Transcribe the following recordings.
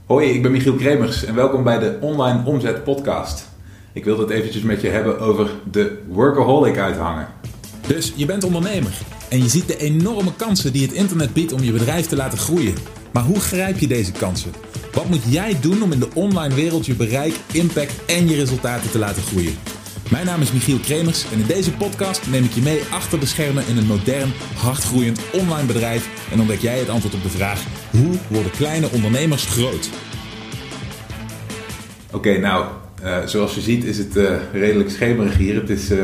Hoi, ik ben Michiel Kremers en welkom bij de Online Omzet Podcast. Ik wil het eventjes met je hebben over de workaholic uithangen. Dus je bent ondernemer en je ziet de enorme kansen die het internet biedt om je bedrijf te laten groeien. Maar hoe grijp je deze kansen? Wat moet jij doen om in de online wereld je bereik, impact en je resultaten te laten groeien? Mijn naam is Michiel Kremers en in deze podcast neem ik je mee achter de schermen in een modern, hardgroeiend online bedrijf en ontdek jij het antwoord op de vraag: hoe worden kleine ondernemers groot? Oké, zoals je ziet is het redelijk schemerig hier. Het is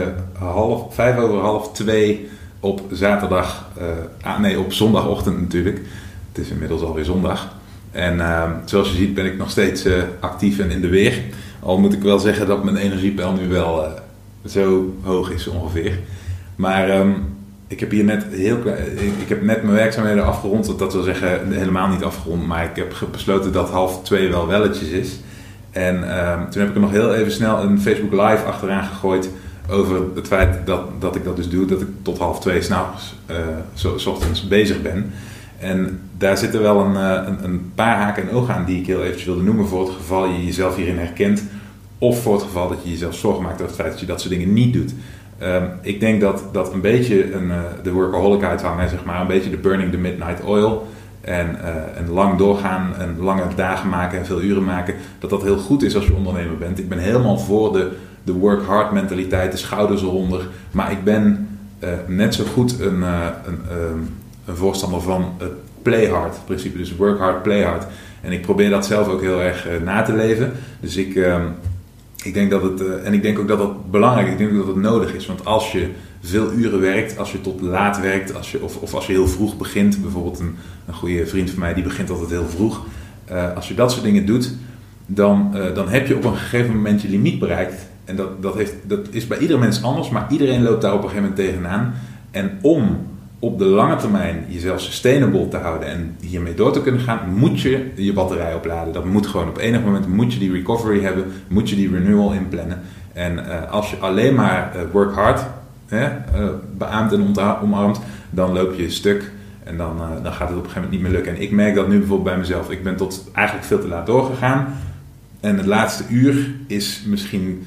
2:05 op zaterdag, op zondagochtend natuurlijk. Het is inmiddels alweer zondag. En zoals je ziet ben ik nog steeds actief en in de weer. Al moet ik wel zeggen dat mijn energiepeil nu wel zo hoog is ongeveer. Maar ik heb hier ik heb net mijn werkzaamheden afgerond. Dat wil zeggen helemaal niet afgerond. Maar ik heb besloten dat 1:30 wel welletjes is. En toen heb ik er nog heel even snel een Facebook Live achteraan gegooid. Over het feit dat ik dat dus doe. Dat ik tot 1:30 s'nachts, 's ochtends bezig ben. En daar zitten wel een paar haken en ogen aan die ik heel eventjes wilde noemen. Voor het geval je jezelf hierin herkent. Of voor het geval dat je jezelf zorgen maakt over het feit dat je dat soort dingen niet doet. Ik denk dat een beetje de workaholic uithangen, zeg maar, een beetje de burning the midnight oil. En lang doorgaan en lange dagen maken en veel uren maken. Dat heel goed is als je ondernemer bent. Ik ben helemaal voor de work hard mentaliteit, de schouders eronder. Maar ik ben net zo goed een voorstander van het play hard principe. Dus work hard, play hard. En ik probeer dat zelf ook heel erg na te leven. Dus ik denk dat het, en ik denk ook dat dat belangrijk is. Ik denk ook dat het nodig is. Want als je veel uren werkt, als je tot laat werkt, of als je heel vroeg begint. Bijvoorbeeld een goede vriend van mij, die begint altijd heel vroeg. Als je dat soort dingen doet, dan heb je op een gegeven moment je limiet bereikt. En dat is bij ieder mens anders, maar iedereen loopt daar op een gegeven moment tegenaan. En om op de lange termijn jezelf sustainable te houden en hiermee door te kunnen gaan, moet je je batterij opladen. Dat moet gewoon. Op enig moment moet je die recovery hebben, moet je die renewal inplannen. En als je alleen maar work hard beaamt en omarmt, dan loop je stuk en dan gaat het op een gegeven moment niet meer lukken. En ik merk dat nu bijvoorbeeld bij mezelf. Ik ben tot eigenlijk veel te laat doorgegaan en het laatste uur is misschien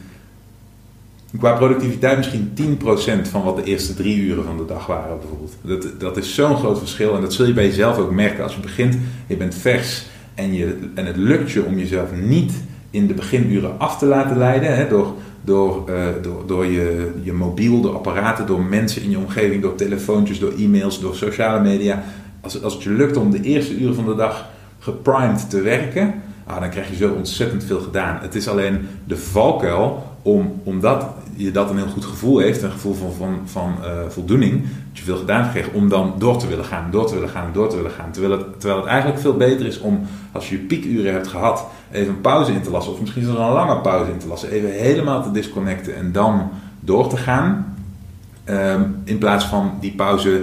qua productiviteit misschien 10% van wat de eerste 3 uren van de dag waren bijvoorbeeld. Dat is zo'n groot verschil en dat zul je bij jezelf ook merken. Als je begint, je bent vers en het lukt je om jezelf niet in de beginuren af te laten leiden. Door je mobiel, door apparaten, door mensen in je omgeving, door telefoontjes, door e-mails, door sociale media. Als het je lukt om de eerste uren van de dag geprimed te werken, dan krijg je zo ontzettend veel gedaan. Het is alleen de valkuil omdat je dat een heel goed gevoel heeft, een gevoel van voldoening, dat je veel gedaan hebt gekregen, om dan door te willen gaan. Terwijl het eigenlijk veel beter is om, als je piekuren hebt gehad, even een pauze in te lassen, of misschien zelfs een lange pauze in te lassen, even helemaal te disconnecten en dan door te gaan, in plaats van die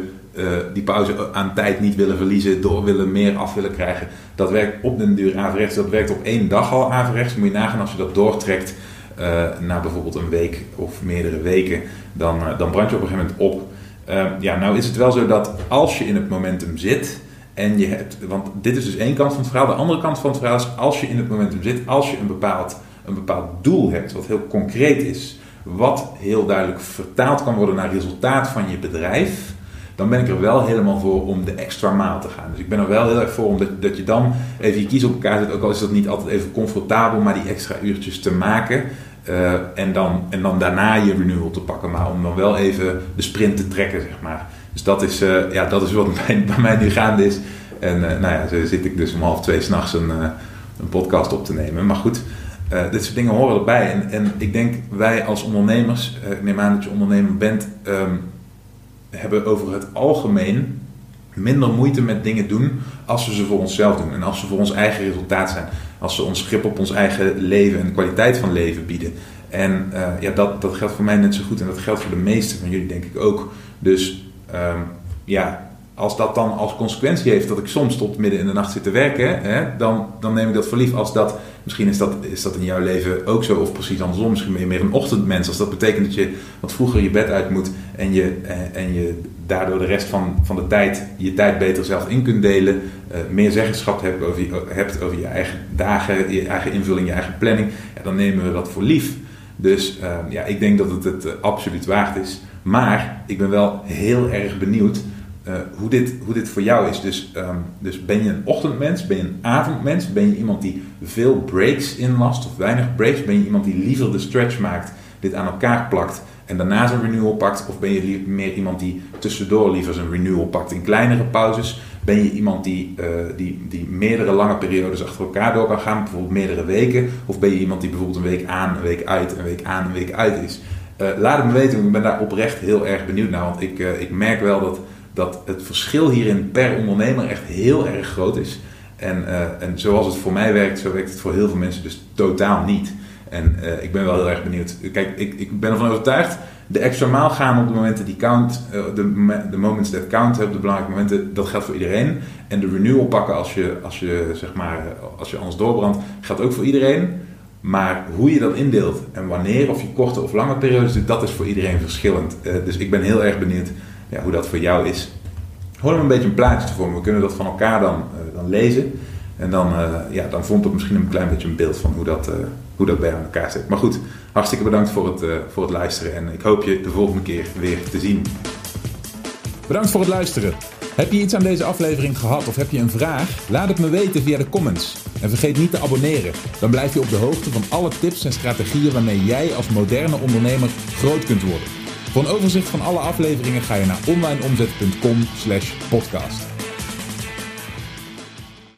pauze aan tijd niet willen verliezen, meer af willen krijgen. Dat werkt op den duur averechts. Dat werkt op 1 dag al averechts. Moet je nagaan als je dat doortrekt naar bijvoorbeeld een week of meerdere weken, dan brand je op een gegeven moment op. Nou is het wel zo dat als je in het momentum zit en je hebt, want dit is dus één kant van het verhaal. De andere kant van het verhaal is, als je in het momentum zit, als je een bepaald doel hebt wat heel concreet is, wat heel duidelijk vertaald kan worden naar resultaat van je bedrijf, dan ben ik er wel helemaal voor om de extra maal te gaan. Dus ik ben er wel heel erg voor dat je dan even je kies op elkaar zet, ook al is dat niet altijd even comfortabel, maar die extra uurtjes te maken. En dan daarna je renewal te pakken, maar om dan wel even de sprint te trekken, zeg maar. Dus dat is wat bij mij nu gaande is. En zo zit ik dus om 1:30 s'nachts een podcast op te nemen. Maar goed, dit soort dingen horen erbij. En ik denk, wij als ondernemers, ik neem aan dat je ondernemer bent, hebben over het algemeen minder moeite met dingen doen als we ze voor onszelf doen. En als ze voor ons eigen resultaat zijn. Als ze ons grip op ons eigen leven en de kwaliteit van leven bieden. En dat geldt voor mij net zo goed. En dat geldt voor de meeste van jullie denk ik ook. Dus als dat dan als consequentie heeft dat ik soms tot midden in de nacht zit te werken, dan neem ik dat voor lief. Als dat Misschien is dat in jouw leven ook zo of precies andersom. Misschien ben je meer een ochtendmens. Als dat betekent dat je wat vroeger je bed uit moet en je daardoor de rest van de tijd je tijd beter zelf in kunt delen. Meer zeggenschap hebt over je eigen dagen, je eigen invulling, je eigen planning. Ja, dan nemen we dat voor lief. Dus ik denk dat het absoluut waard is. Maar ik ben wel heel erg benieuwd hoe dit voor jou is. Dus ben je een ochtendmens? Ben je een avondmens? Ben je iemand die veel breaks inlast of weinig breaks? Ben je iemand die liever de stretch maakt, dit aan elkaar plakt en daarna zijn renewal pakt? Of ben je meer iemand die tussendoor liever zijn renewal pakt in kleinere pauzes? Ben je iemand die meerdere lange periodes achter elkaar door kan gaan, bijvoorbeeld meerdere weken? Of ben je iemand die bijvoorbeeld een week aan, een week uit, een week aan, een week uit is? Laat het me weten, want ik ben daar oprecht heel erg benieuwd naar. Want ik merk wel dat het verschil hierin per ondernemer echt heel erg groot is. En zoals het voor mij werkt, zo werkt het voor heel veel mensen dus totaal niet. En ik ben wel heel erg benieuwd. Kijk, ik ben ervan overtuigd, de extra maal gaan op de momenten die count, de moments that count, op de belangrijke momenten, dat geldt voor iedereen. En de renewal pakken als je anders doorbrandt, geldt ook voor iedereen. Maar hoe je dat indeelt en wanneer, of je korte of lange periodes doet, dat is voor iedereen verschillend. Dus ik ben heel erg benieuwd hoe dat voor jou is. Gooi hem een beetje een plaatje te vormen. We kunnen dat van elkaar dan lezen. En dan vormt het misschien een klein beetje een beeld van hoe dat bij elkaar zit. Maar goed, hartstikke bedankt voor het luisteren. En ik hoop je de volgende keer weer te zien. Bedankt voor het luisteren. Heb je iets aan deze aflevering gehad of heb je een vraag? Laat het me weten via de comments. En vergeet niet te abonneren. Dan blijf je op de hoogte van alle tips en strategieën waarmee jij als moderne ondernemer groot kunt worden. Voor een overzicht van alle afleveringen ga je naar onlineomzet.com/podcast.